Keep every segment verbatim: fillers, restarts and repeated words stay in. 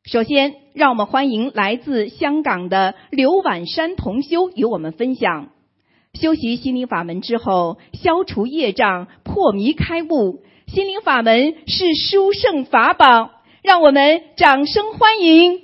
首先，让我们欢迎来自香港的刘婉山同修与我们分享修习心灵法门之后，消除业障，破迷开悟。心灵法门是殊胜法宝，让我们掌声欢迎。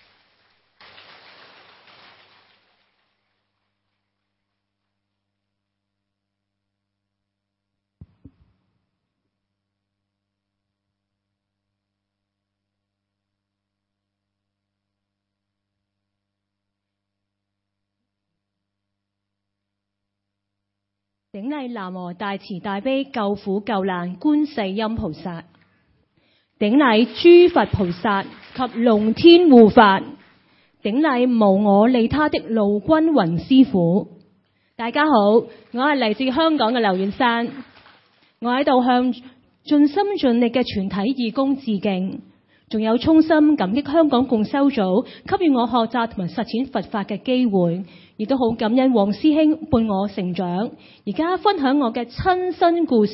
頂禮南無大慈大悲救苦救難觀世音菩薩，頂禮諸佛菩薩及龍天護法，頂禮無我利他的盧君雲師傅。大家好，我係嚟自香港嘅劉婉山，我喺度向盡心盡力嘅全體義工致敬，仲有衷心感激香港共修組給予我學習同埋實踐佛法嘅機會。亦都好感恩黃師兄伴我成長，而家分享我嘅親身故事。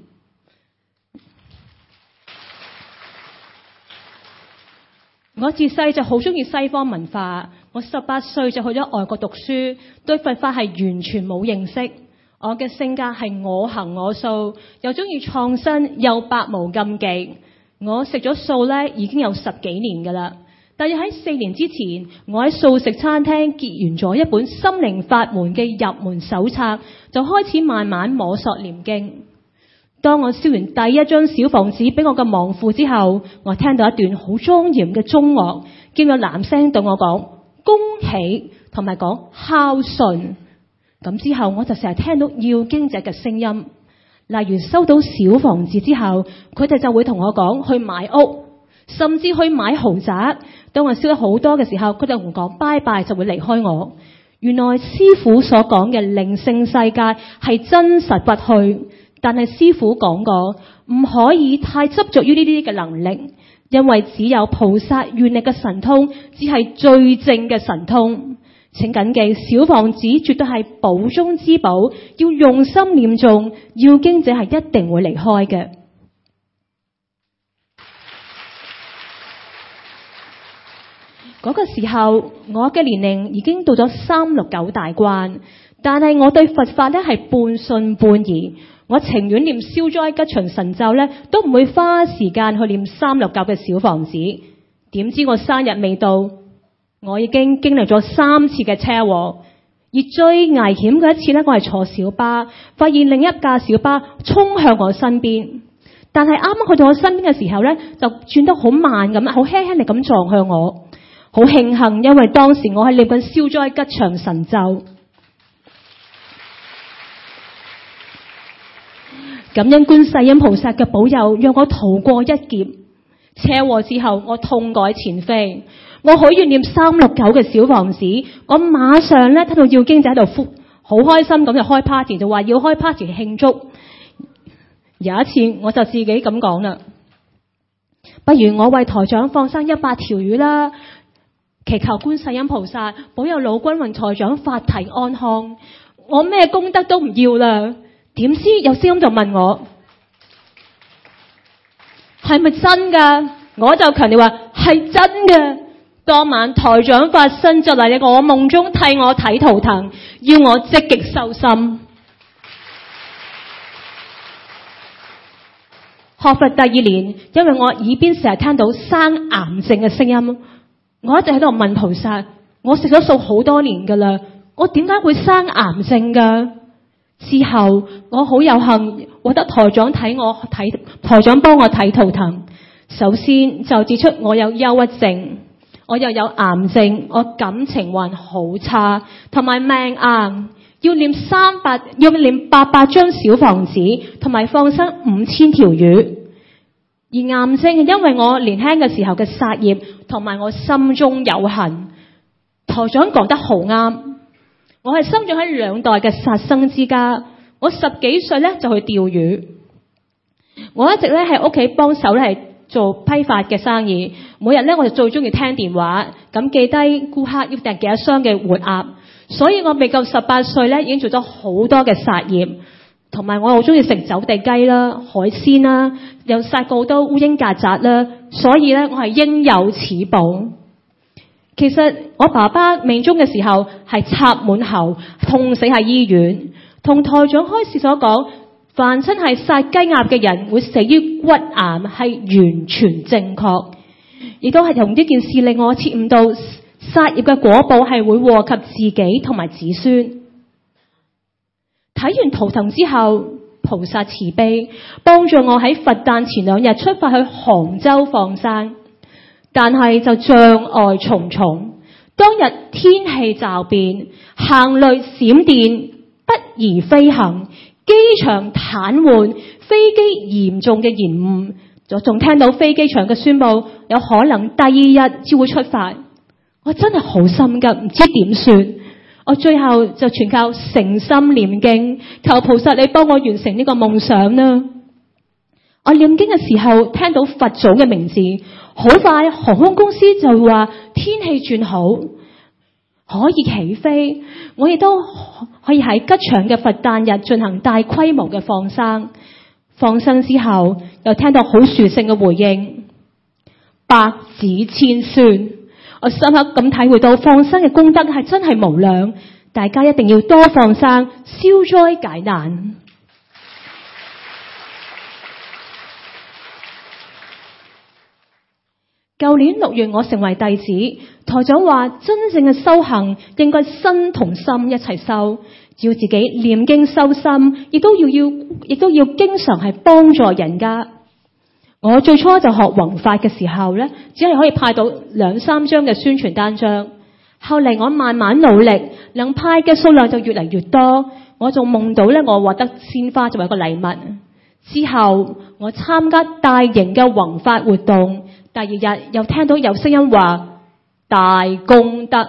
我自細就好中意西方文化，我十八歲就去咗外國讀書，對佛法係完全冇認識。我嘅性格係我行我素，又中意創新，又百無禁忌。我食咗素咧已經有十幾年㗎啦。但係喺四年之前，我喺素食餐廳結緣咗一本心靈法門嘅入門手冊，就開始慢慢摸索念經。當我燒完第一張小房子俾我嘅亡父之後，我聽到一段好莊嚴嘅中樂，見到男聲對我講恭喜，同埋講孝順。咁之後我就成日聽到要經者嘅聲音，例如收到小房子之後，佢哋就會同我講去買屋，甚至去買豪宅。當我燒得好多嘅時候，佢就同我講拜拜，就會離開我。原來師父所講嘅靈性世界係真實不虛，但係師父講過唔可以太執着於呢啲嘅能力，因為只有菩薩願力嘅神通，只係最正嘅神通。請謹記，小房子絕對係寶中之寶，要用心念誦，要經者係一定會離開嘅。嗰個時候，我嘅年齡已經到咗三六九大關，但係我對佛法咧係半信半疑。我情願念消災吉祥神咒咧，都唔會花時間去念三六九嘅小房子。點知我生日未到，我已經經歷咗三次嘅車禍，而最危險嘅一次咧，我係坐小巴，發現另一架小巴衝向我身邊，但係啱啱去到我身邊嘅時候咧，就轉得好慢咁，好輕輕地咁撞向我。好慶幸，因為當時我係念緊消災吉祥神咒。感恩觀世音菩薩嘅保佑，讓我逃過一劫。車禍之後，我痛改前非，我許願念三六九嘅小房子，我馬上咧聽到要經者喺度呼，好開心咁就開 party， 就話要開 party 慶祝。有一次我就自己咁講啦，不如我為台長放生一百條魚啦。祈求觀世音菩薩保佑老君雲台長法體安康，我咩功德都唔要啦。點知有聲音就問我係咪真噶？我就強調話係真嘅。當晚台長發身就嚟我夢中替我睇圖騰，要我積極修心。學佛第二年，因為我耳邊成日聽到生癌症嘅聲音，我一直喺度問菩薩，我食咗素好多年噶啦，我點解會生癌症噶？之後我好有幸獲得台長睇我睇台長幫我睇圖騰，首先就指出我有憂鬱症，我又有癌症，我感情運好差，同埋命硬，要念三百要念八百張小房子，同埋放生五千條魚。而癌症係因為我年輕嘅時候嘅殺業，同埋我心中有恨。台長講得好啱，我係生長喺兩代嘅殺生之家。我十幾歲咧就去釣魚，我一直咧喺屋企幫手咧係做批發嘅生意。每日咧我就最中意聽電話，咁記低顧客要訂幾多箱嘅活鴨。所以我未夠十八歲咧已經做咗好多嘅殺業。同埋我好中意食走地雞啦、海鮮啦，又殺過好多烏蠅曱甴啦， 所以咧我係應有此報。其實我爸爸命終嘅時候係插滿喉，痛死喺醫院。同台長開始所講，凡親係殺雞鴨嘅人會死於骨癌，係完全正確。亦都係同呢件事令我徹悟到，殺業嘅果報係會禍及自己同埋子孫。睇完圖騰之後，菩薩慈悲幫助我喺佛誕前兩日出發去杭州放生，但係就障礙重重。當日天氣驟變，行雷閃電，不宜飛行，機場癱瘓，飛機嚴重嘅延誤，就仲聽到飛機場嘅宣佈有可能第二日先會出發。我真係好心急，唔知點算。我最後就全靠誠心念經，求菩薩你幫我完成呢個夢想啦。我念經嘅時候聽到佛祖嘅名字，好快航空公司就話天氣轉好，可以起飛。我亦都可以喺吉祥嘅佛誕日進行大規模嘅放生。放生之後又聽到好殊勝嘅回應，百子千孫。我深刻咁體會到放生嘅功德係真係無量，大家一定要多放生，消災解難。舊年六月我成為弟子，台長話真正嘅修行應該身同心一齊修，要自己念經修心，亦都要要亦都要經常係幫助人家。我最初就學弘法嘅時候呢，只係可以派到兩三張嘅宣傳單張。後嚟我慢慢努力，能派嘅數量就越嚟越多。我仲夢到呢，我獲得鮮花作為一個禮物。之後我參加大型嘅弘法活動，第二日又聽到有聲音話大功德。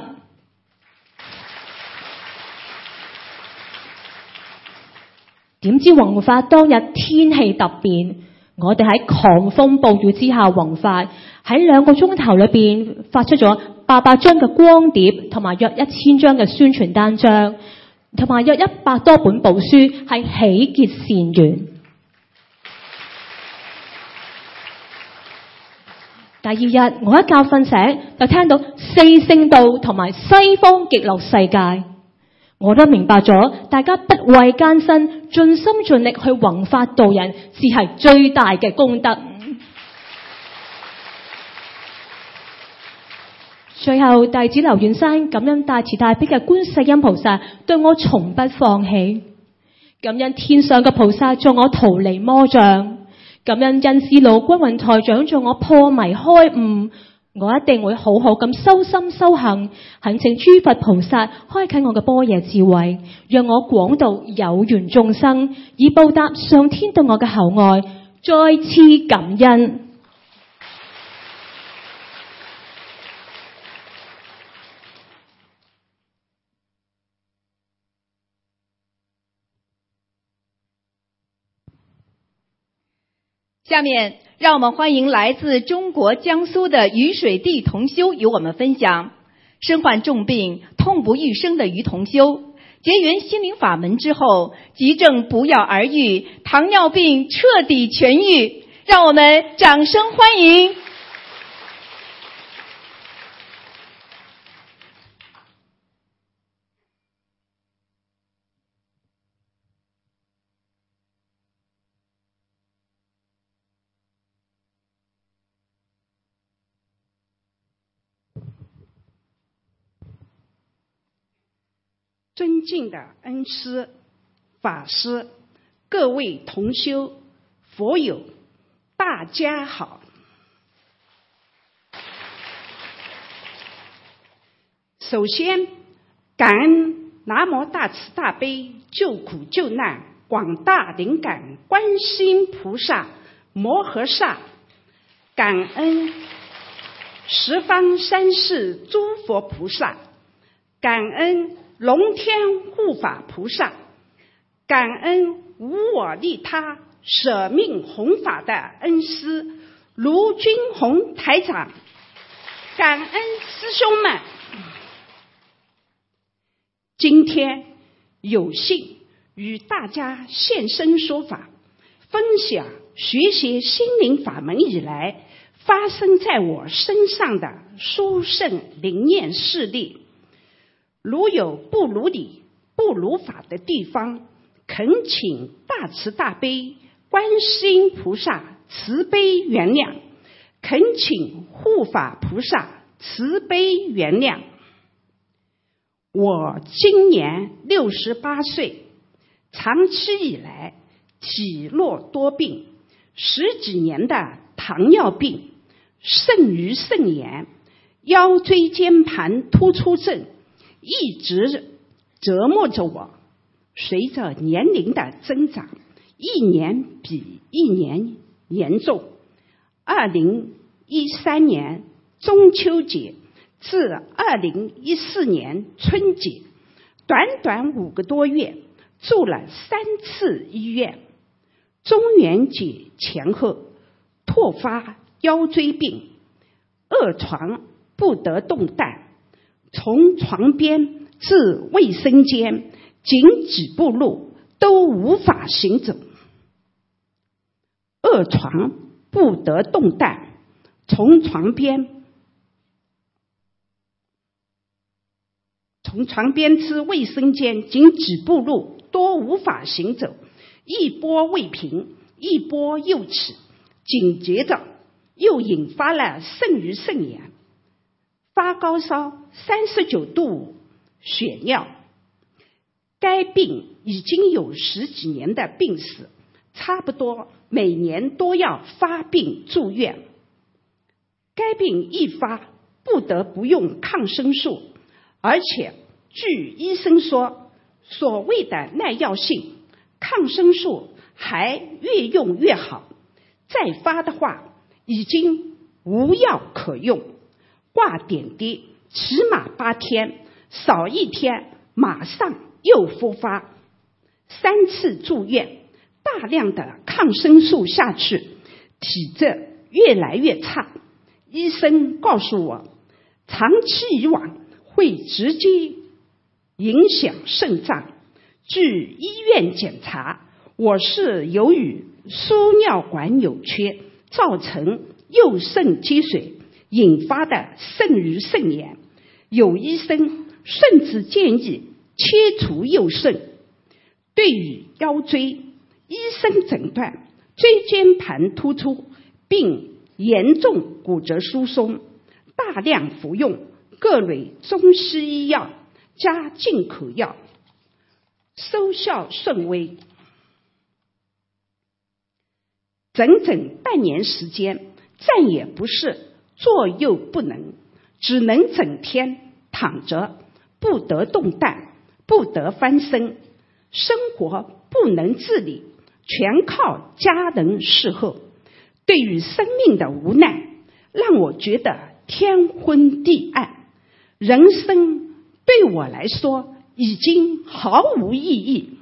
點知弘法當日天氣突變，我哋喺狂風暴雨之下弘法，喺兩個鐘頭裏邊發出咗八百張嘅光碟，同埋約一千張嘅宣傳單張，同埋約一百多本部書，係喜結善緣。第二日我一覺瞓醒，就聽到四聖道同埋西方極樂世界。我都明白咗，大家不畏艱辛，盡心盡力去弘法度人，是係最大嘅功德。最後弟子劉遠山感恩大慈大悲嘅觀世音菩薩對我從不放棄，感恩天上嘅菩薩助我逃離魔障，感恩恩師盧君雲台長助我破迷開悟。我一定會好好咁修心修行，懇請諸佛菩薩開啟我嘅般若智慧，讓我廣度有緣眾生，以報答上天對我嘅厚愛，再次感恩。 下面让我们欢迎来自中国江苏的于水地同修与我们分享身患重病痛不欲生的于同修结缘心灵法门之后，急症不药而愈，糖尿病彻底痊愈，让我们掌声欢迎。 尊敬的恩师、法师、各位同修、佛友，大家好。首先，感恩南无大慈大悲救苦救难广大灵感观世音菩萨摩诃萨，感恩十方三世诸佛菩萨，感恩龙天护法菩萨，感恩无我利他舍命弘法的恩师卢军宏台长，感恩师兄们。今天有幸与大家现身说法，分享学习心灵法门以来发生在我身上的殊胜灵验事例，如有不如理、不如法的地方，恳请大慈大悲观世音菩萨慈悲原谅，恳请护法菩萨慈悲原谅。我今年六十八岁，长期以来体弱多病，十几年的糖尿病、肾盂肾炎、腰椎间盘突出症一直折磨着我。随着年龄的增长，一年比一年严重。二零一三年中秋节至二零一四年春节，短短五个多月，住了三次医院。中元节前后突发腰椎病，卧床不得动弹，从床边至卫生间仅几步路都无法行走。卧床不得动弹，从床边从床边至卫生间仅几步路都无法行走，一波未平，一波又起，紧接着又引发了肾盂肾炎，发高烧三十九度五，血尿。该病已经有十几年的病史，差不多每年都要发病住院。该病一发，不得不用抗生素，而且据医生说，所谓的耐药性，抗生素还越用越好，再发的话已经无药可用，挂点滴起码八天，少一天马上又复发。三次住院，大量的抗生素下去，体质越来越差。医生告诉我，长期以往会直接影响肾脏。据医院检查，我是由于输尿管扭曲造成右肾积水引发的肾盂肾炎，有医生甚至建议切除右肾。对于腰椎，医生诊断椎间盘突出并严重骨折疏松，大量服用各类中西医药加进口药，收效甚微。整整半年时间，站也不是，坐又不能，只能整天躺着，不得动弹，不得翻身，生活不能自理，全靠家人侍候。对于生命的无奈，让我觉得天昏地暗，人生对我来说已经毫无意义。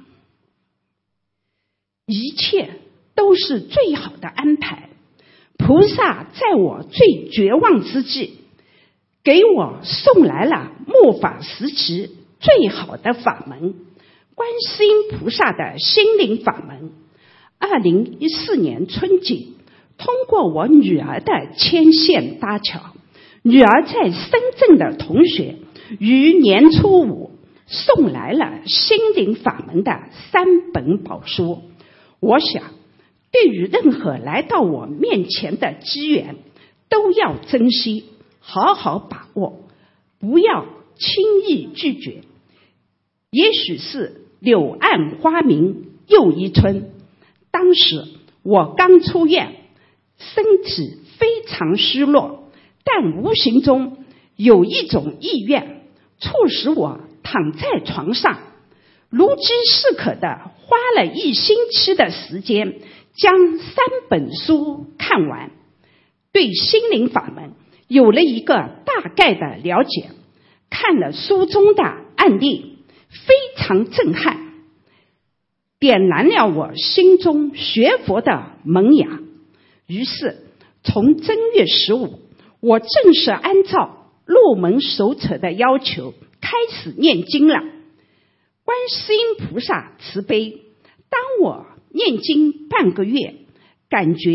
一切都是最好的安排，菩萨在我最绝望之际，给我送来了末法时期最好的法门——观世音菩萨的心灵法门。二零一四年春节，通过我女儿的牵线搭桥，女儿在深圳的同学于年初五送来了心灵法门的三本宝书。我想，对于任何来到我面前的机缘，都要珍惜，好好把握，不要轻易拒绝。也许是柳暗花明又一村，当时我刚出院，身体非常虚弱，但无形中有一种意愿促使我躺在床上，如饥似渴地花了一星期的时间将三本书看完，对心灵法门有了一个大概的了解。看了书中的案例，非常震撼，点燃了我心中学佛的萌芽。于是从正月十五，我正式按照入门手册的要求开始念经了。观世音菩萨慈悲，当我念经半个月，感觉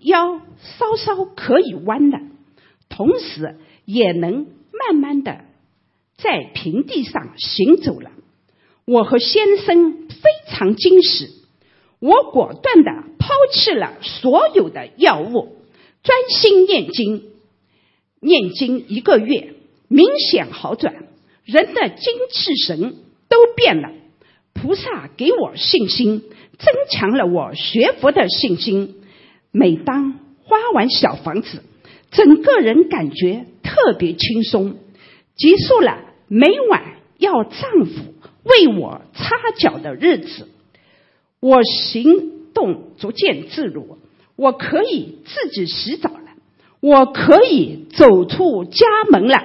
腰稍稍可以弯了，同时也能慢慢的在平地上行走了。我和先生非常惊喜，我果断的抛弃了所有的药物，专心念经。念经一个月，明显好转，人的精气神都变了。菩萨给我信心，增强了我学佛的信心。每当花完小房子，整个人感觉特别轻松。结束了每晚要丈夫为我擦脚的日子，我行动逐渐自如，我可以自己洗澡了，我可以走出家门了。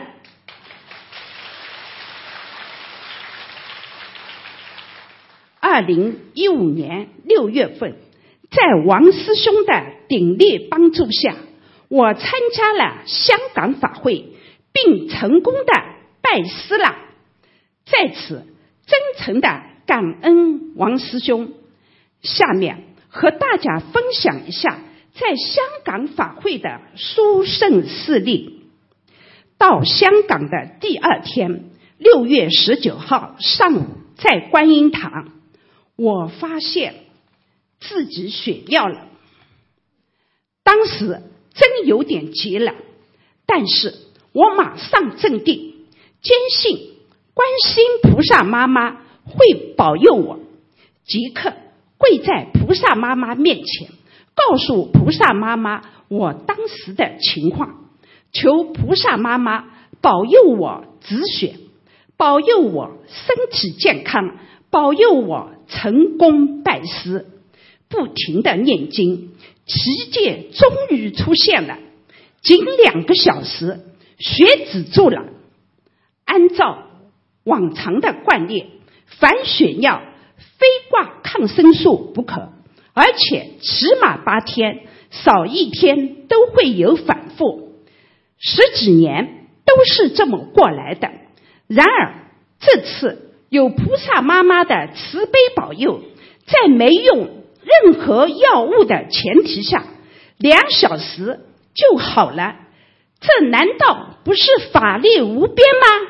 二零一五年六月份，在王师兄的鼎力帮助下，我参加了香港法会，并成功的拜师了。在此真诚的感恩王师兄。下面和大家分享一下在香港法会的殊胜事例。到香港的第二天，六月十九号上午，在观音堂，我发现自己血尿了。当时真有点急了，但是我马上镇定，坚信观世音菩萨妈妈会保佑我，即刻跪在菩萨妈妈面前，告诉菩萨妈妈我当时的情况，求菩萨妈妈保佑我止血，保佑我身体健康，保佑我成功拜师。不停的念经，奇迹终于出现了。仅两个小时，血止住了。按照往常的惯例，凡血尿非挂抗生素不可，而且起码八天，少一天都会有反复。十几年都是这么过来的。然而这次有菩萨妈妈的慈悲保佑，在没用任何药物的前提下，两小时就好了。这难道不是法力无边吗？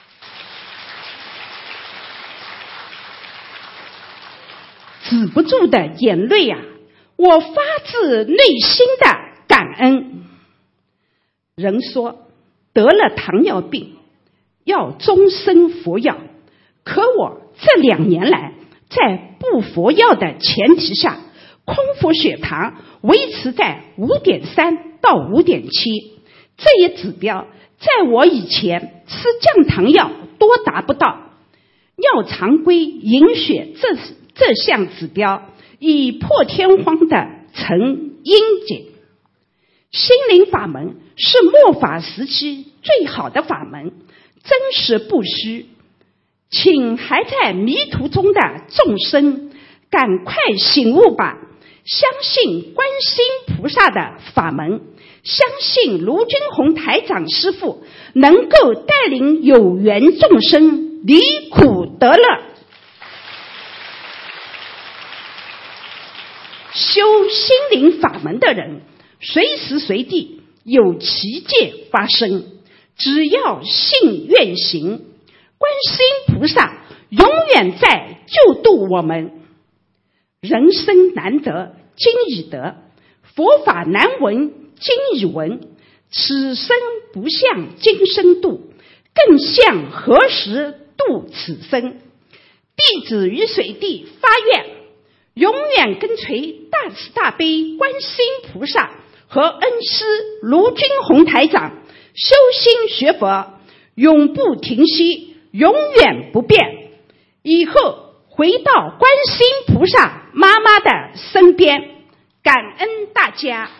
止不住的眼泪啊，我发自内心的感恩。人说得了糖尿病要终身服药，可我这两年来在不服药的前提下，空腹血糖维持在 五点三 到 五点七， 这一指标在我以前吃降糖药都达不到。尿常规饮血这这项指标已破天荒的成阴检。心灵法门是末法时期最好的法门，真实不虚。请还在迷途中的众生赶快醒悟吧，相信观世音菩萨的法门，相信卢军宏台长师父能够带领有缘众生离苦得乐。修心灵法门的人随时随地有奇迹发生，只要信愿行，观世音菩萨永远在救度我们。人生难得今已得，佛法难闻今已闻，此生不向今生度，更向何时度此生。弟子于水地发愿，永远跟随大慈大悲观世音菩萨和恩师卢军宏台长修心学佛，永不停息，永远不变。以后回到观世音菩萨妈妈的身边，感恩大家。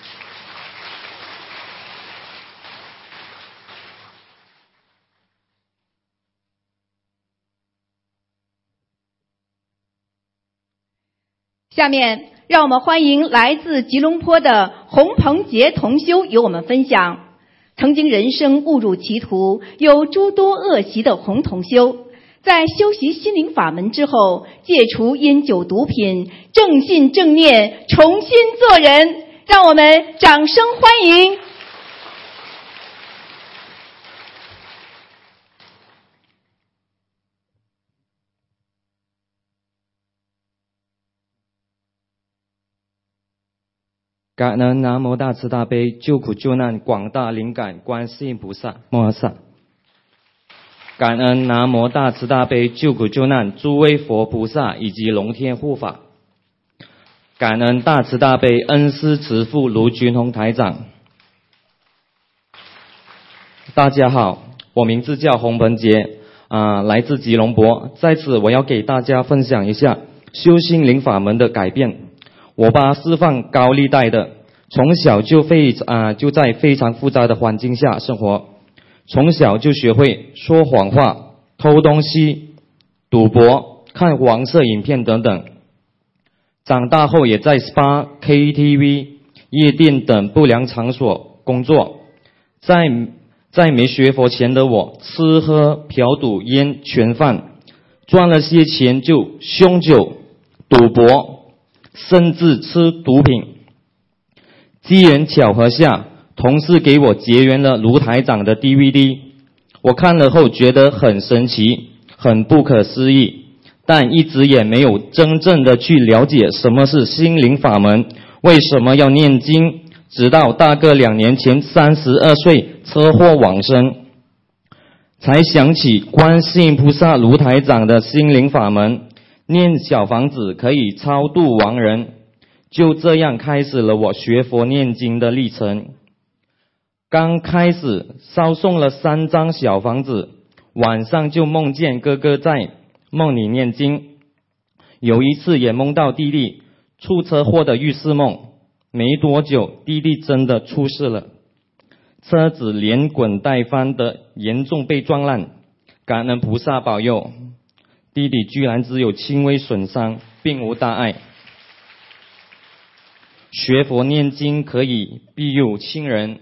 下面让我们欢迎来自吉隆坡的洪鹏杰同修与我们分享。曾经人生误入歧途，有诸多恶习的洪同修，在修习心灵法门之后，戒除烟酒毒品，正信正念，重新做人。 让我们掌声欢迎。 感恩南无大慈大悲救苦救难广大灵感观世音菩萨摩诃萨。感恩南无大慈大悲救苦救难诸位佛菩萨以及龙天护法。感恩大慈大悲恩师慈父卢军宏台长。大家好，我名字叫洪鹏杰，啊、呃，来自吉隆坡。在此我要给大家分享一下修心灵法门的改变。我爸释放高利贷的，从小就非啊、呃、就在非常复杂的环境下生活，从小就学会说谎话、偷东西、赌博、看黄色影片等等。长大后也在 S P A、K T V、夜店等不良场所工作。在在没学佛前的我，吃喝嫖赌烟全犯，赚了些钱就酗酒、赌博。甚至吃毒品。机缘巧合下，同事给我结缘了卢台长的 D V D， 我看了后觉得很神奇，很不可思议，但一直也没有真正的去了解什么是心灵法门，为什么要念经，直到大哥两年前三十二岁车祸往生，才想起观世音菩萨卢台长的心灵法门，念小房子可以超度亡人，就这样开始了我学佛念经的历程。刚开始烧送了三张小房子，晚上就梦见哥哥在梦里念经，有一次也梦到弟弟出车祸的预示梦，没多久弟弟真的出事了，车子连滚带翻的严重被撞烂，感恩菩萨保佑，弟弟居然只有轻微损伤，并无大碍。学佛念经可以庇佑亲人，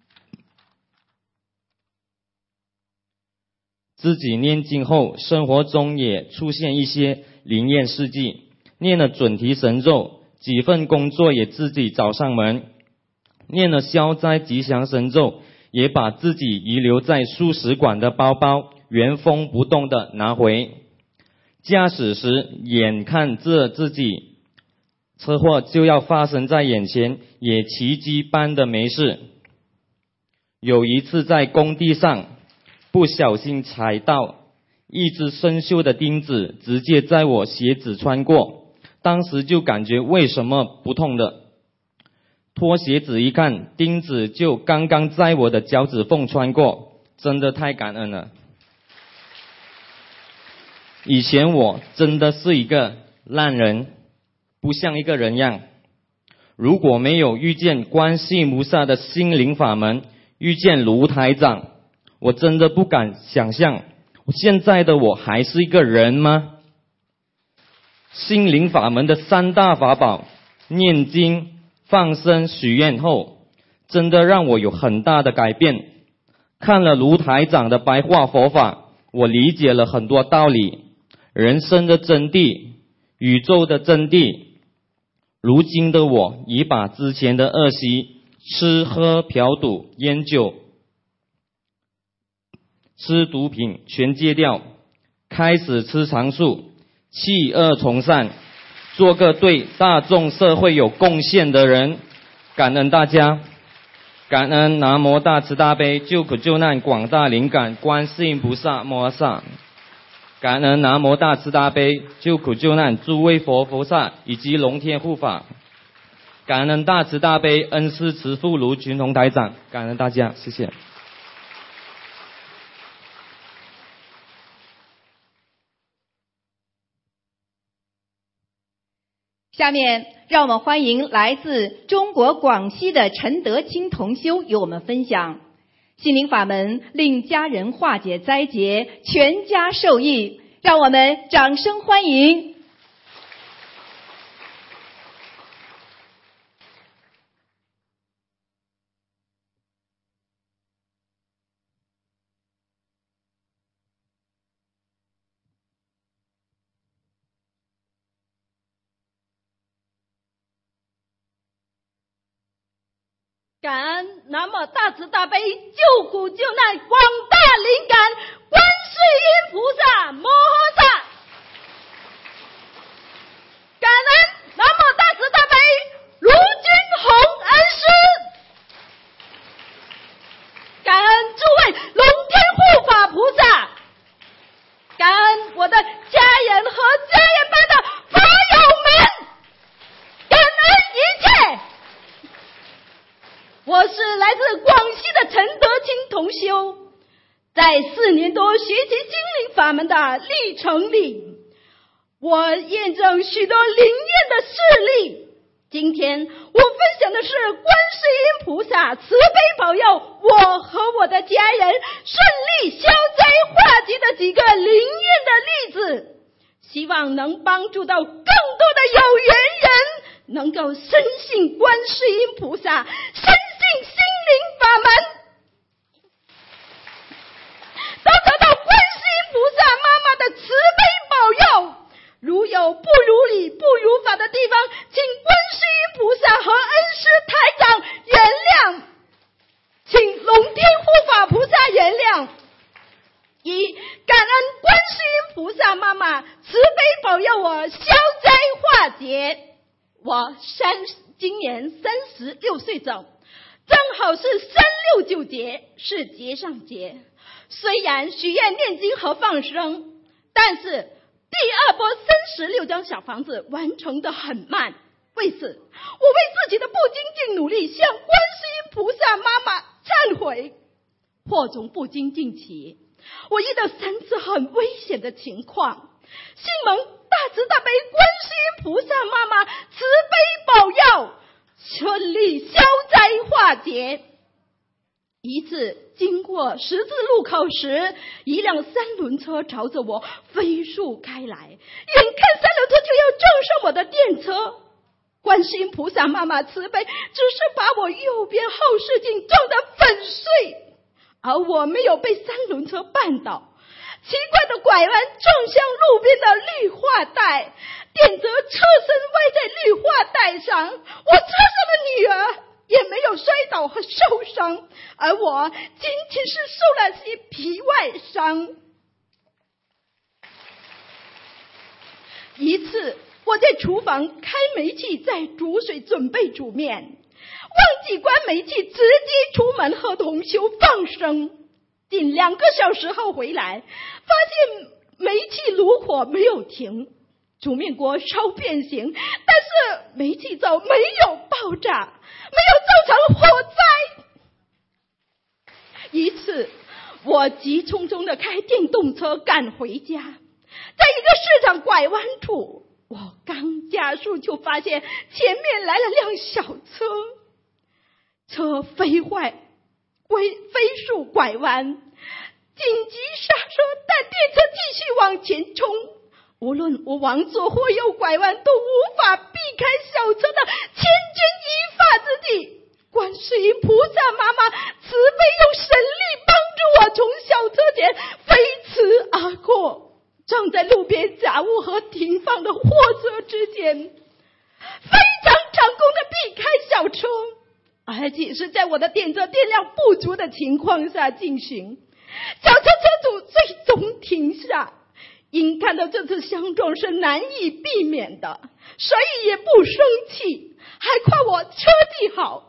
自己念经后，生活中也出现一些灵验事迹，念了准提神咒，几份工作也自己找上门，念了消灾吉祥神咒，也把自己遗留在素食馆的包包原封不动地拿回。驾驶时眼看着自己车祸就要发生在眼前，也奇迹般的没事。有一次在工地上不小心踩到一只生锈的钉子，直接在我鞋子穿过，当时就感觉为什么不痛的，脱鞋子一看，钉子就刚刚在我的脚趾缝穿过，真的太感恩了。以前我真的是一个烂人，不像一个人样，如果没有遇见观世音菩萨的心灵法门，遇见卢台长，我真的不敢想象现在的我还是一个人吗？心灵法门的三大法宝念经、放生、许愿后，真的让我有很大的改变。看了卢台长的白话佛法，我理解了很多道理，人生的真谛，宇宙的真谛。如今的我已把之前的恶习，吃喝嫖赌烟酒吃毒品全戒掉，开始吃长素，弃恶从善，做个对大众社会有贡献的人。感恩大家，感恩南无大慈大悲救苦救难广大灵感观世音菩萨摩诃萨，感恩南无大慈大悲救苦救难诸位佛菩萨以及龙天护法，感恩大慈大悲恩师慈父卢群宏台长，感恩大家，谢谢。 下面让我们欢迎来自中国广西的陈德清同修与我们分享心灵法门，令家人化解灾劫，全家受益。让我们掌声欢迎。 感恩南无大慈大悲救苦救难广大灵感观世音菩萨摩诃萨，感恩南无大慈大悲卢军宏恩师，感恩诸位龙天护法菩萨，感恩我的家人和家人班的法友们，感恩一切。我是来自广西的陈德清同修，在四年多学习心灵法门的历程里，我验证许多灵验的事例。今天我分享的是观世音菩萨慈悲保佑我和我的家人顺利消灾化解的几个灵验的例子，希望能帮助到更多的有缘人能够深信观世音菩萨，深信心灵法门，都得到观世音菩萨妈妈的慈悲保佑。如有不如理不如法的地方，请观世音菩萨和恩师台长原谅，请龙天护法菩萨原谅。一、感恩观世音菩萨妈妈慈悲保佑我消灾化解。我三今年三十六岁整，正好是三六九节，是节上节。虽然许愿念经和放生，但是第二波三十六张小房子完成的很慢。为此，我为自己的不精进努力向观世音菩萨妈妈忏悔。祸从不精进起，我遇到三次很危险的情况，幸蒙大慈大悲观世音菩萨妈妈慈悲保佑，顺利消灾化解。一次经过十字路口时，一辆三轮车朝着我飞速开来，眼看三轮车就要撞上我的电车，观世音菩萨妈妈慈悲，只是把我右边后视镜撞得粉碎，而我没有被三轮车绊倒。奇怪的拐弯撞向路边的绿化带，电车车身歪在绿化带上，我车上的女儿也没有摔倒和受伤，而我仅仅是受了些皮外伤。一次我在厨房开煤气，在煮水准备煮面，忘记关煤气，直接出门和同修放生。近两个小时后回来，发现煤气炉火没有停，煮面锅烧变形，但是煤气灶没有爆炸，没有造成火灾。一次我急匆匆地开电动车赶回家，在一个市场拐弯处，我刚加速就发现前面来了辆小车，车飞坏飞飞速拐弯，紧急刹车，但电车继续往前冲，无论我往左或右拐弯都无法避开小车的千钧一发之际，观世音菩萨妈妈慈悲用神力帮助我从小车前飞驰而过，撞在路边杂物和停放的货车之间，非常成功的避开小车，而且是在我的电车电量不足的情况下进行。小车车主最终停下，因看到这次相撞是难以避免的，所以也不生气，还夸我车技好。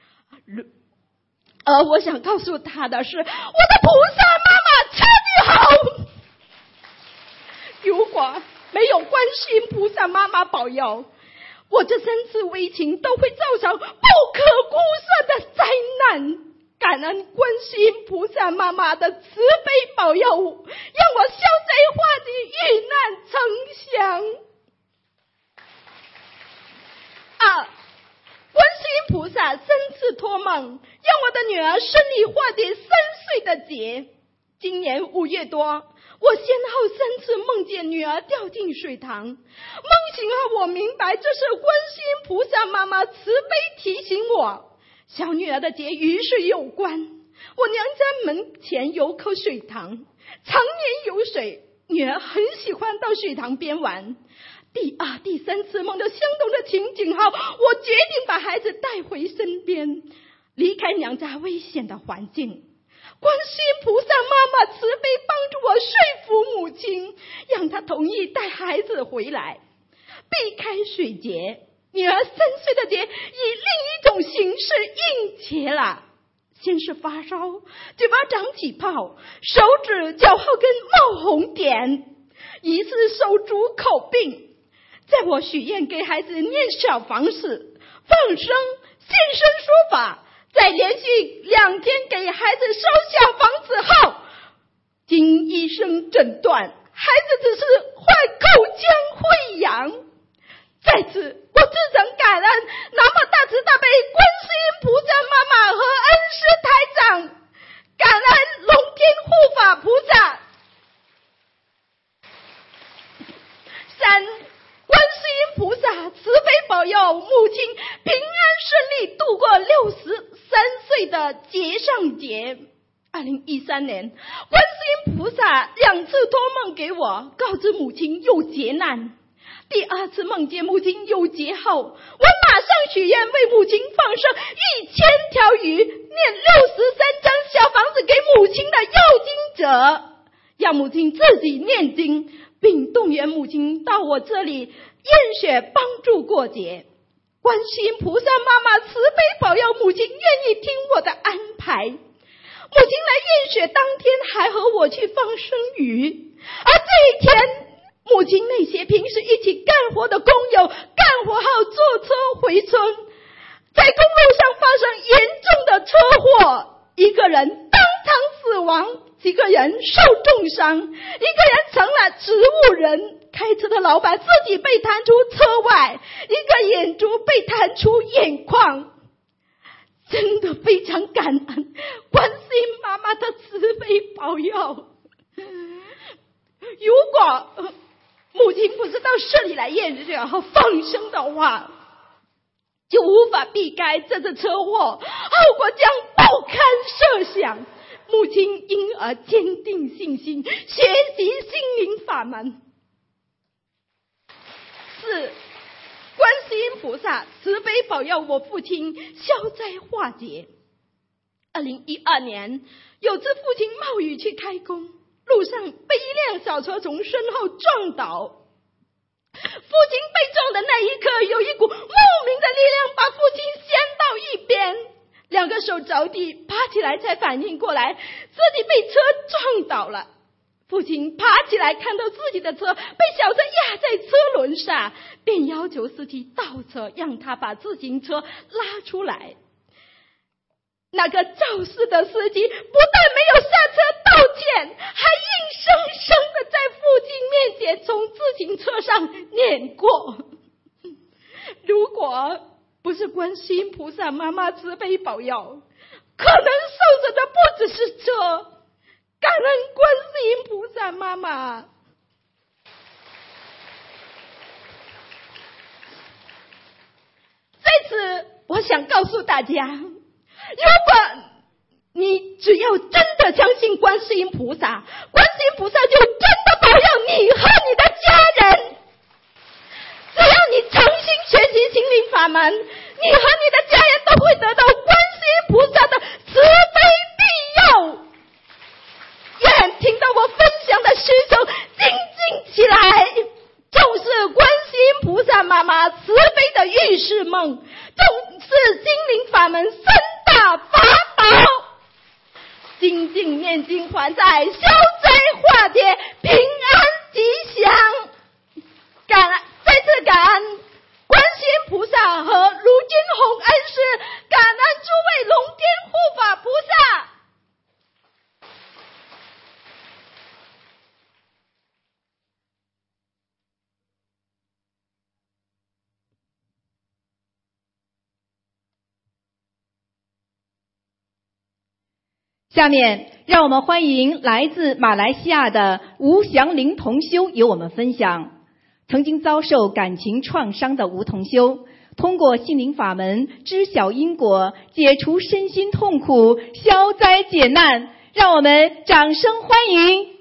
而我想告诉他的是，我的菩萨妈妈车技好。如果没有观世音菩萨妈妈保佑，我这三次危情都会造成不可估算的灾难。感恩观世音菩萨妈妈的慈悲保佑，让我消灾化解，遇难成祥。二、观世音菩萨三次托梦，让我的女儿顺利化解三岁的劫。今年五月多，我先后三次梦见女儿掉进水塘，梦醒后我明白这是观世音菩萨妈妈慈悲提醒我，小女儿的劫与水有关。我娘家门前有口水塘，常年有水，女儿很喜欢到水塘边玩。第二、第三次梦到相同的情景后，我决定把孩子带回身边。 离开娘家危险的环境。观世音菩萨妈妈慈悲帮助我说服母亲，让她同意带孩子回来。避开水劫，女儿三岁的劫以另一种形式应劫了。先是发烧，嘴巴长起泡，手指脚后跟冒红点，疑似手足口病。在我许愿给孩子念小房子、放生、现身说法，在连续两天给孩子烧小房子后，经医生诊断，孩子只是坏口腔溃疡。在此，我自诚感恩南无大慈大悲观世音菩萨妈妈和恩师台长，感恩龙天护法菩萨。三，观世音菩萨慈悲保佑母亲平安顺利度过六十三岁的劫上劫。二零一三年，观世音菩萨两次托梦给我，告知母亲有劫难。第二次梦见母亲有劫后，我马上许愿为母亲放生一千条鱼，念六十三张小房子给母亲的要经者，让母亲自己念经，并动员母亲到我这里验血帮助过劫。观世音菩萨妈妈慈悲保佑母亲愿意听我的安排。母亲来验血当天还和我去放生鱼，而这一天母亲那些平时一起干活的工友干活后坐车回村，在公路上发生严重的车祸，一个人当场死亡，几个人受重伤，一个人成了植物人。开车的老板自己被弹出车外，一个眼珠被弹出眼眶。真的非常感恩观世音妈妈的慈悲保佑。如果母亲不是到这里来验血和放生的话，就无法避开这次车祸，后果将不堪设想。母亲因而坚定信心，学习心灵法门。四，观世音菩萨慈悲保佑我父亲消灾化解。二零一二年，有次父亲冒雨去开工，路上被一辆小车从身后撞倒。父亲被撞的那一刻，有一股莫名的力量把父亲掀到一边，两个手着地，爬起来才反应过来自己被车撞倒了。父亲爬起来，看到自己的车被小车压在车轮上，便要求司机倒车，让他把自行车拉出来。那个肇事的司机不但没有下车道歉，还硬生生的在父亲面前从自行车上碾过。如果不是观世音菩萨妈妈慈悲保佑，可能受损的不只是车。感恩观世音菩萨妈妈。在此，我想告诉大家，如果你只要真的相信观世音菩萨，观世音菩萨就真的保佑你和你的家人。只要你诚心学习心灵法门，你和你的家人都会得到观世音菩萨的慈悲庇佑。愿听到我分享的师兄精进起来，重视观世音菩萨妈妈慈悲的预示梦，重视心灵法门三大法宝，精进念经还债，消灾化解，平安吉祥。感恩再次感恩观世音菩萨和卢军宏恩师，感恩诸位龙天护法菩萨。 下面让我们欢迎来自马来西亚的吴祥林同修与我们分享。曾经遭受感情创伤的吴同修，通过心灵法门知晓因果，解除身心痛苦，消灾解难。让我们掌声欢迎。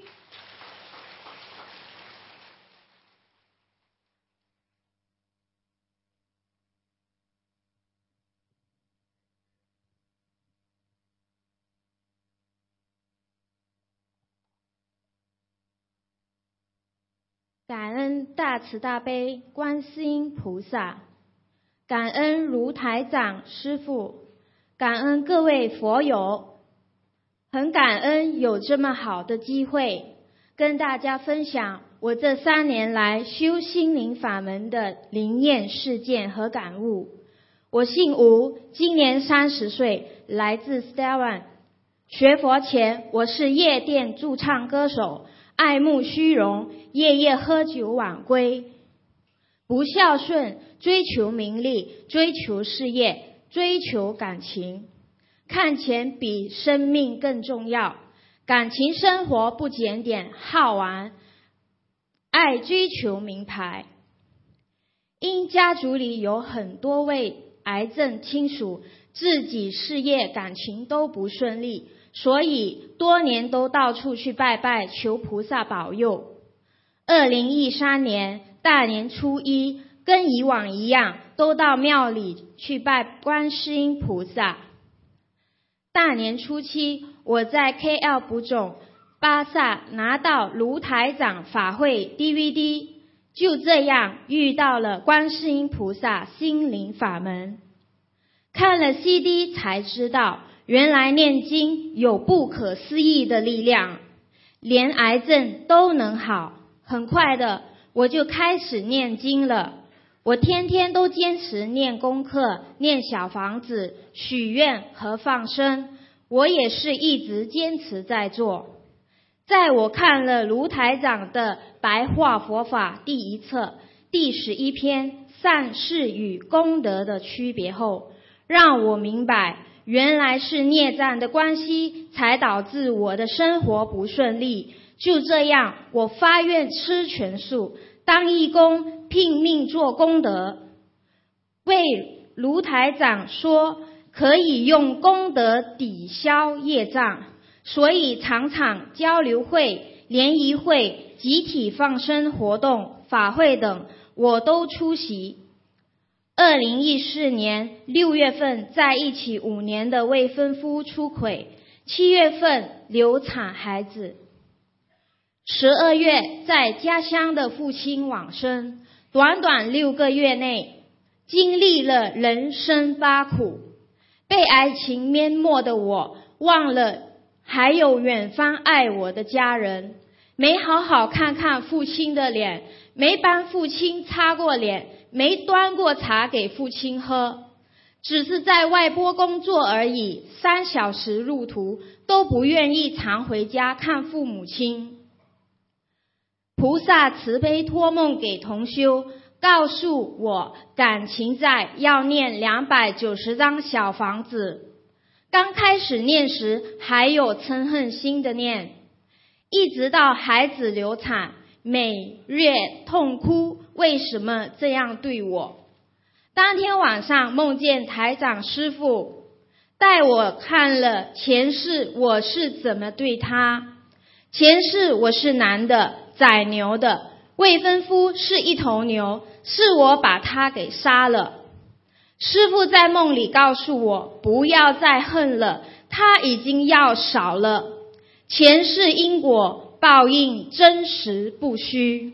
感恩大慈大悲观世音菩萨，感恩卢台长师父，感恩各位佛友，很感恩有这么好的机会跟大家分享我这三年来修心灵法门的灵验事件和感悟。我姓吴，今年三十岁，来自 Taiwan。 学佛前我是夜店驻唱歌手，爱慕虚荣，夜夜喝酒晚归，不孝顺，追求名利，追求事业，追求感情，看钱比生命更重要，感情生活不检点，好玩，爱追求名牌。因家族里有很多位癌症亲属，自己事业感情都不顺利，所以多年都到处去拜拜，求菩萨保佑。二零一三年大年初一，跟以往一样，都到庙里去拜观世音菩萨。大年初七，我在 K L 补种巴萨拿到卢台长法会 D V D， 就这样遇到了观世音菩萨心灵法门。看了 C D 才知道，原来念经有不可思议的力量，连癌症都能好。很快的，我就开始念经了。我天天都坚持念功课，念小房子，许愿和放生，我也是一直坚持在做。在我看了卢台长的白话佛法第一册第十一篇善事与功德的区别后，让我明白原来是孽障的关系才导致我的生活不顺利。就这样，我发愿吃全素，当义工，拼命做功德。为卢台长说可以用功德抵消业障，所以常常交流会、联谊会、集体放生活动、法会等我都出席。二零一四年六月份在一起五年的未婚夫出轨，七月份流产孩子，十二月在家乡的父亲往生。短短六个月内，经历了人生八苦，被爱情淹没的我，忘了还有远方爱我的家人，没好好看看父亲的脸，没帮父亲擦过脸，没端过茶给父亲喝，只是在外拨工作而已，三小时路途都不愿意常回家看父母亲。菩萨慈悲托梦给同修，告诉我感情债要念两百九十张小房子。刚开始念时还有嗔恨心的念，一直到孩子流产，每月痛哭，为什么这样对我？当天晚上梦见台长师父带我看了前世我是怎么对他。前世我是男的，宰牛的，未婚夫是一头牛，是我把他给杀了。师父在梦里告诉我不要再恨了，他已经要少了。前世因果报应真实不虚。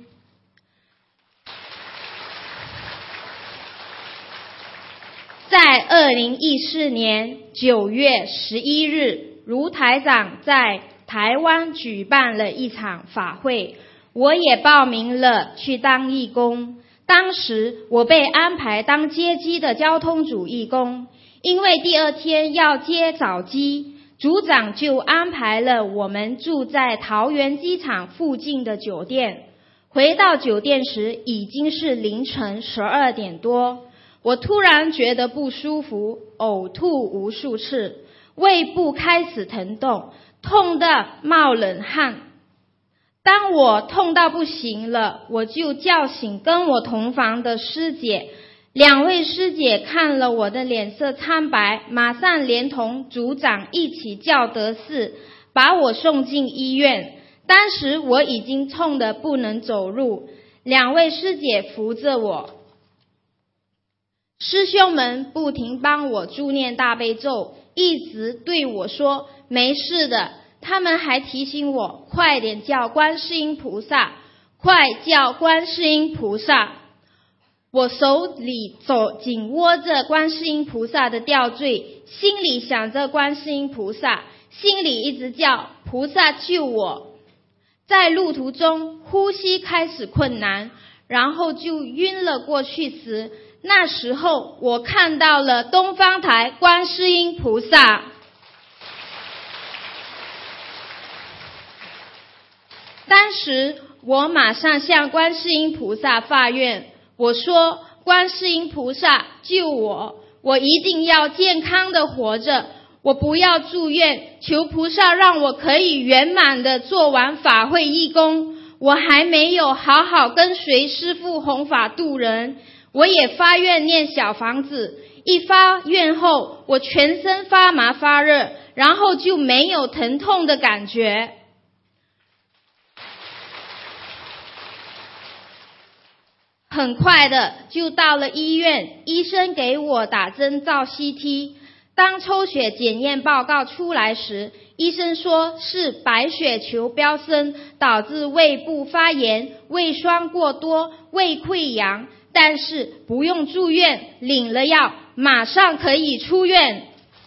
在二零一四年九月十一日，卢台长在台湾举办了一场法会，我也报名了去当义工。当时我被安排当接机的交通组义工，因为第二天要接早机，组长就安排了我们住在桃园机场附近的酒店。回到酒店时已经是凌晨十二点多，我突然觉得不舒服，呕吐无数次，胃部开始疼痛，痛得冒冷汗。当我痛到不行了，我就叫醒跟我同房的师姐。两位师姐看了我的脸色苍白，马上连同组长一起叫德士把我送进医院。当时我已经痛得不能走路，两位师姐扶着我，师兄们不停帮我助念大悲咒，一直对我说没事的。他们还提醒我快点叫观世音菩萨， 快叫观世音菩萨！我手里走紧握着观世音菩萨的吊坠，心里想着观世音菩萨，心里一直叫菩萨救我。在路途中呼吸开始困难，然后就晕了过去时，那时候我看到了东方台观世音菩萨。当时我马上向观世音菩萨发愿，我说观世音菩萨救我，我一定要健康的活着，我不要住院，求菩萨让我可以圆满的做完法会义工。我还没有好好跟随师父弘法度人，我也发愿念小房子。一发愿后，我全身发麻发热，然后就没有疼痛的感觉。很快的就到了医院，医生给我打针照 C T， 当抽血检验报告出来时，医生说是白血球飙升，导致胃部发炎、胃酸过多、胃溃疡，但是不用住院，领了药马上可以出院。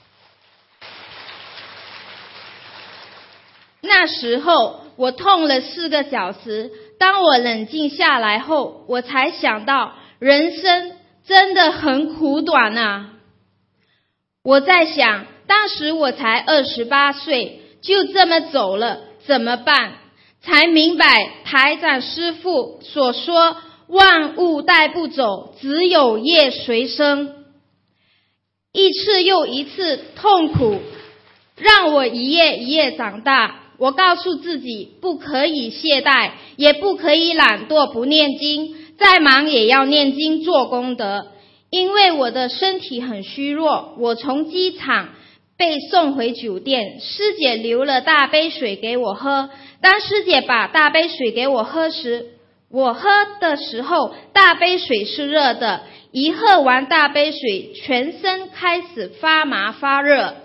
那时候我痛了四个小时，当我冷静下来后，我才想到人生真的很苦短啊。我在想，当时我才二十八岁，就这么走了，怎么办？才明白台长师父所说，万物带不走，只有业随身。一次又一次痛苦，让我一夜一夜长大。我告诉自己，不可以懈怠，也不可以懒惰不念经，再忙也要念经做功德。因为我的身体很虚弱，我从机场被送回酒店，师姐留了大杯水给我喝。当师姐把大杯水给我喝时，我喝的时候大杯水是热的，一喝完大杯水，全身开始发麻发热。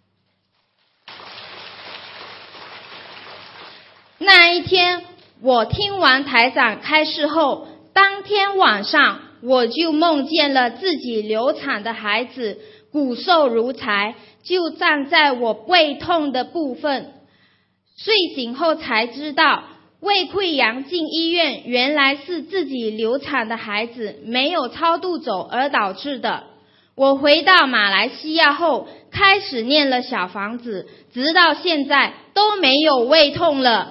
那一天我听完台长开示后，当天晚上我就梦见了自己流产的孩子骨瘦如柴，就站在我胃痛的部分。睡醒后才知道，胃溃疡进医院原来是自己流产的孩子没有超度走而导致的。我回到马来西亚后，开始念了小房子，直到现在都没有胃痛了。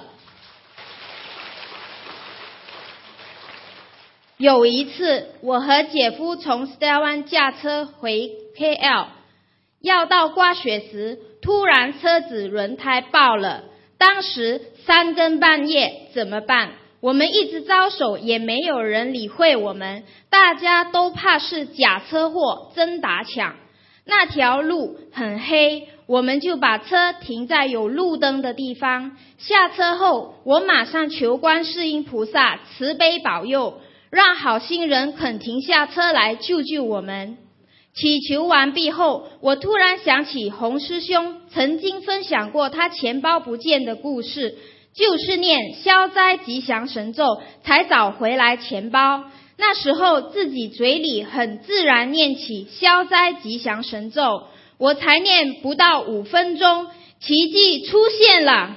有一次，我和姐夫从 Star One 驾车回 K L， 要到刮雪时，突然车子轮胎爆了。当时三更半夜怎么办？我们一直招手，也没有人理会我们，大家都怕是假车祸真打抢。那条路很黑，我们就把车停在有路灯的地方。下车后，我马上求观世音菩萨慈悲保佑，让好心人肯停下车来救救我们。祈求完毕后，我突然想起洪师兄曾经分享过他钱包不见的故事，就是念消灾吉祥神咒才找回来钱包。那时候自己嘴里很自然念起消灾吉祥神咒，我才念不到五分钟，奇迹出现了。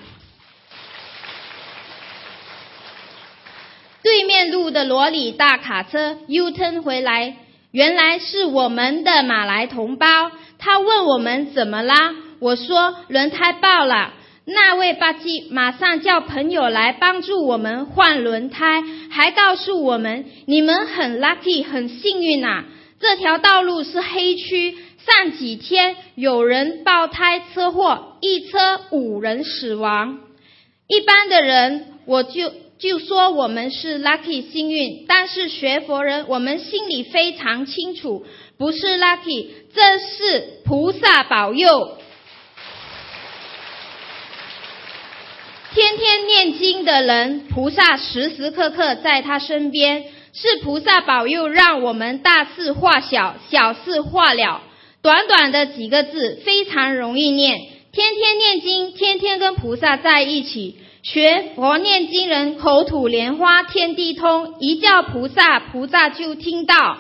对面路的罗里大卡车 U-turn 回来，原来是我们的马来同胞。他问我们怎么啦，我说轮胎爆了。那位巴基马上叫朋友来帮助我们换轮胎，还告诉我们你们很 lucky 很幸运啊，这条道路是黑区，上几天有人爆胎车祸，一车五人死亡。一般的人我就就说我们是 lucky 幸运，但是学佛人我们心里非常清楚，不是 lucky， 这是菩萨保佑。天天念经的人，菩萨时时刻刻在他身边，是菩萨保佑让我们大事化小，小事化了。短短的几个字非常容易念，天天念经，天天跟菩萨在一起， 学佛念经人口吐莲花天地通，一叫菩萨，菩萨就听到。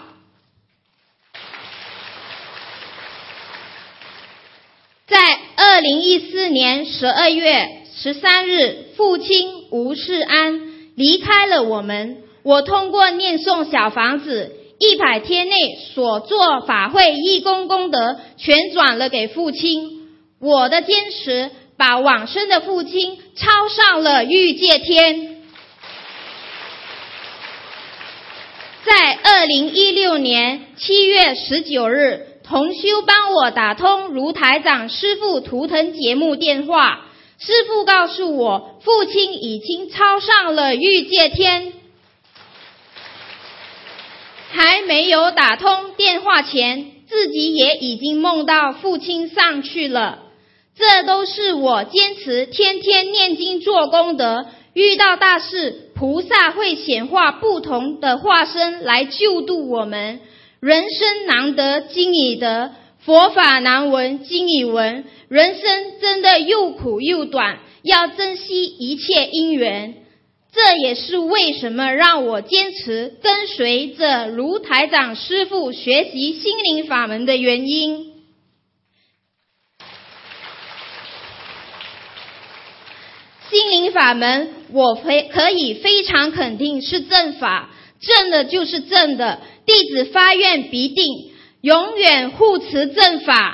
在二零一四年十二月十三日，父亲吴世安离开了我们。我通过念诵小房子，一百天内所做法会义工功德全转了给父亲。我的坚持把往生的父亲超上了欲界天。在二零一六年七月十九日，同修帮我打通卢台长师父图腾节目电话，师父告诉我，父亲已经超上了欲界天。还没有打通电话前，自己也已经梦到父亲上去了。这都是我坚持天天念经做功德，遇到大事，菩萨会显化不同的化身来救度我们。人生难得经已得，佛法难闻经已闻。人生真的又苦又短，要珍惜一切因缘。这也是为什么让我坚持跟随着卢台长师父学习心灵法门的原因。心灵法门我可以非常肯定是正法，正的就是正的，弟子发愿必定永远护持正法。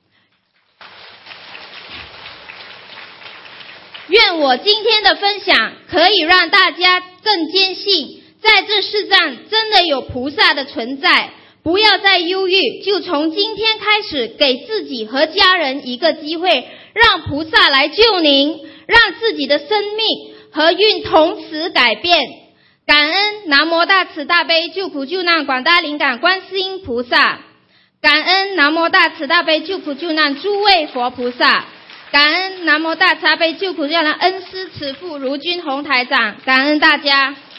愿我今天的分享可以让大家更坚信，在这世上真的有菩萨的存在，不要再忧郁，就从今天开始给自己和家人一个机会，让菩萨来救您，让自己的生命和运从此改变。感恩南无大慈大悲救苦救难广大灵感观世音菩萨，感恩南无大慈大悲救苦救难诸位佛菩萨，感恩南无大慈大悲救苦救难恩师慈父卢军宏台长，感恩大家。